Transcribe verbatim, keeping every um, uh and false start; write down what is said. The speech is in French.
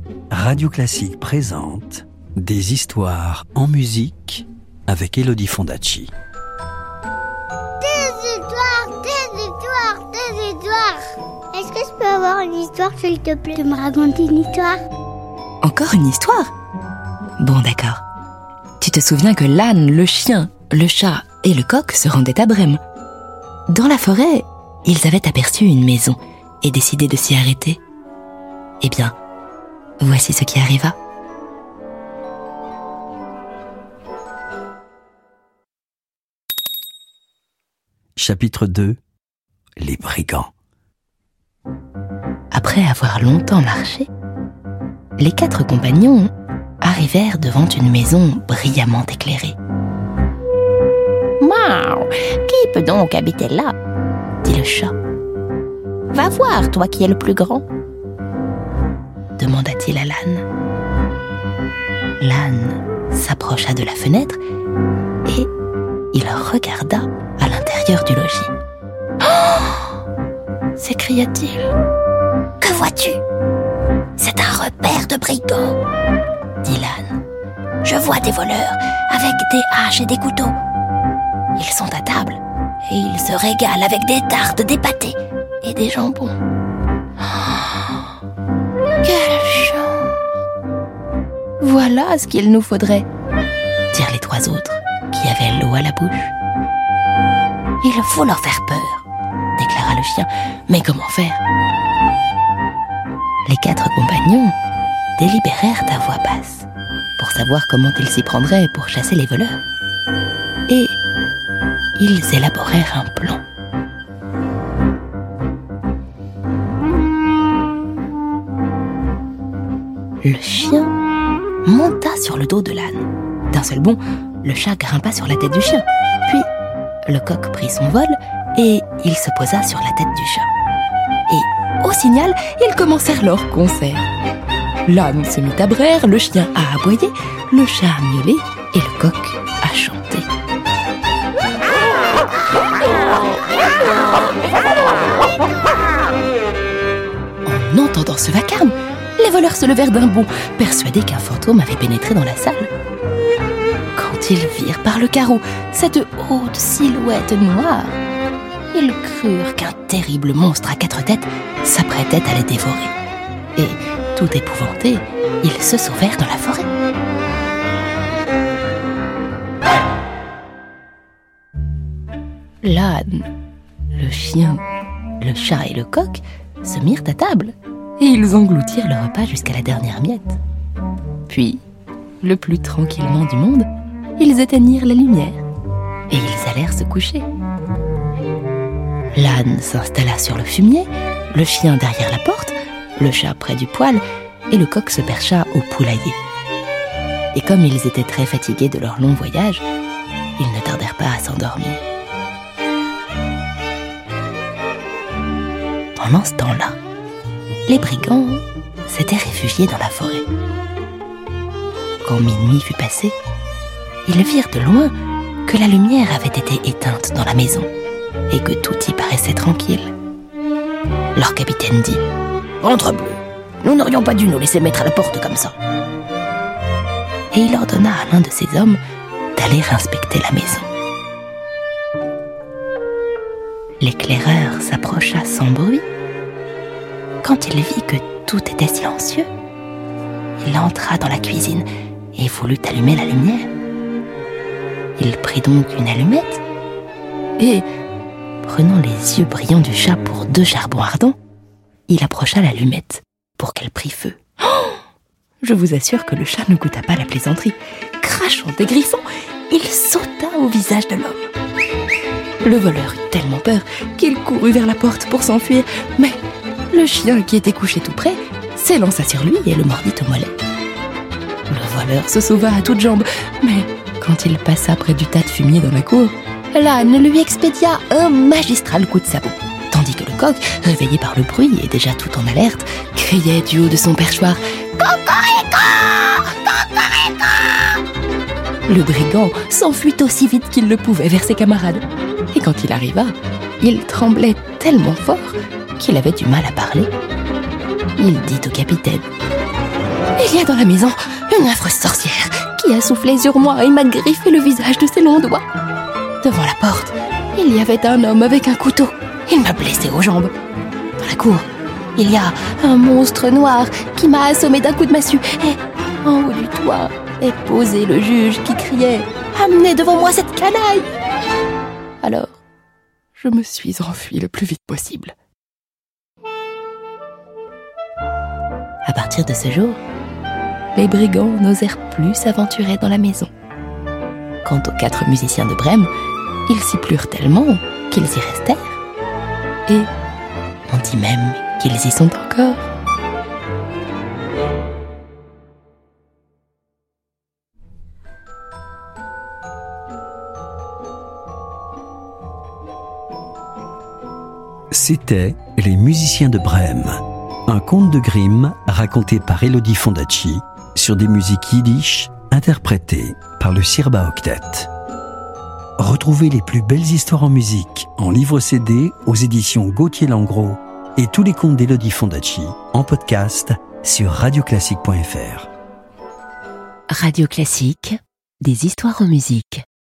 Radio Classique présente Des histoires en musique avec Elodie Fondacci. Des histoires, des histoires, des histoires. Est-ce que je peux avoir une histoire, s'il te plaît, de me raconter une histoire? Encore une histoire? Bon, d'accord. Tu te souviens que l'âne, le chien, le chat et le coq se rendaient à Brême. Dans la forêt, ils avaient aperçu une maison et décidé de s'y arrêter. Eh bien, voici ce qui arriva. Chapitre deux. Les brigands. Après avoir longtemps marché, les quatre compagnons arrivèrent devant une maison brillamment éclairée. « Miaou, qui peut donc habiter là ?» dit le chat. « Va voir, toi qui es le plus grand !» demanda-t-il à l'âne. L'âne s'approcha de la fenêtre et il regarda à l'intérieur du logis. Oh !» s'écria-t-il. « Que vois-tu ? C'est un repère de brigands !» dit l'âne. « Je vois des voleurs avec des haches et des couteaux. Ils sont à table et ils se régalent avec des tartes, des pâtés et des jambons. Oh, quelle chance ! Voilà ce qu'il nous faudrait, dirent les trois autres qui avaient l'eau à la bouche. Il faut leur faire peur, déclara le chien. Mais comment faire ? Les quatre compagnons délibérèrent à voix basse pour savoir comment ils s'y prendraient pour chasser les voleurs. Et ils élaborèrent un plan. Le chien monta sur le dos de l'âne. D'un seul bond, le chat grimpa sur la tête du chien. Puis, le coq prit son vol et il se posa sur la tête du chat. Et, au signal, ils commencèrent leur concert. L'âne se mit à braire, le chien à aboyer, le chat à miauler et le coq à chanter. En entendant ce vacarme, les voleurs se levèrent d'un bond, persuadés qu'un fantôme avait pénétré dans la salle. Quand ils virent par le carreau cette haute silhouette noire, ils crurent qu'un terrible monstre à quatre têtes s'apprêtait à les dévorer. Et, tout épouvantés, ils se sauvèrent dans la forêt. L'âne, le chien, le chat et le coq se mirent à table et ils engloutirent le repas jusqu'à la dernière miette. Puis, le plus tranquillement du monde, ils éteignirent la lumière et ils allèrent se coucher. L'âne s'installa sur le fumier, le chien derrière la porte, le chat près du poêle et le coq se percha au poulailler. Et comme ils étaient très fatigués de leur long voyage, ils ne tardèrent pas à s'endormir. Pendant ce temps-là, les brigands s'étaient réfugiés dans la forêt. Quand minuit fut passé, ils virent de loin que la lumière avait été éteinte dans la maison et que tout y paraissait tranquille. Leur capitaine dit « Ventre bleu, nous n'aurions pas dû nous laisser mettre à la porte comme ça. » Et il ordonna à l'un de ses hommes d'aller inspecter la maison. L'éclaireur s'approcha sans bruit. Quand il vit que tout était silencieux, il entra dans la cuisine et voulut allumer la lumière. Il prit donc une allumette et, prenant les yeux brillants du chat pour deux charbons ardents, il approcha l'allumette pour qu'elle prît feu. Oh ! Je vous assure que le chat ne goûta pas la plaisanterie. Crachant et griffant, il sauta au visage de l'homme. Le voleur eut tellement peur qu'il courut vers la porte pour s'enfuir, mais le chien, qui était couché tout près, s'élança sur lui et le mordit au mollet. Le voleur se sauva à toutes jambes, mais quand il passa près du tas de fumier dans la cour, l'âne lui expédia un magistral coup de sabot, tandis que le coq, réveillé par le bruit et déjà tout en alerte, criait du haut de son perchoir « Cocorico ! Cocorico !» Le brigand s'enfuit aussi vite qu'il le pouvait vers ses camarades. Et quand il arriva, il tremblait tellement fort qu'il avait du mal à parler. Il dit au capitaine « Il y a dans la maison une affreuse sorcière qui a soufflé sur moi et m'a griffé le visage de ses longs doigts. Devant la porte, il y avait un homme avec un couteau. Il m'a blessé aux jambes. Dans la cour, il y a un monstre noir qui m'a assommé d'un coup de massue. Et en haut du toit est posé le juge qui criait « Amenez devant moi cette canaille !» Alors, je me suis enfuie le plus vite possible. À partir de ce jour, les brigands n'osèrent plus s'aventurer dans la maison. Quant aux quatre musiciens de Brême, ils s'y plurent tellement qu'ils y restèrent. Et on dit même qu'ils y sont encore. C'était Les musiciens de Brême, un conte de Grimm raconté par Elodie Fondacci sur des musiques yiddish interprétées par le Sirba Octet. Retrouvez les plus belles histoires en musique en livre C D aux éditions Gauthier Langros et tous les contes d'Elodie Fondacci en podcast sur radio classique point f r. Radio Classique, des histoires en musique.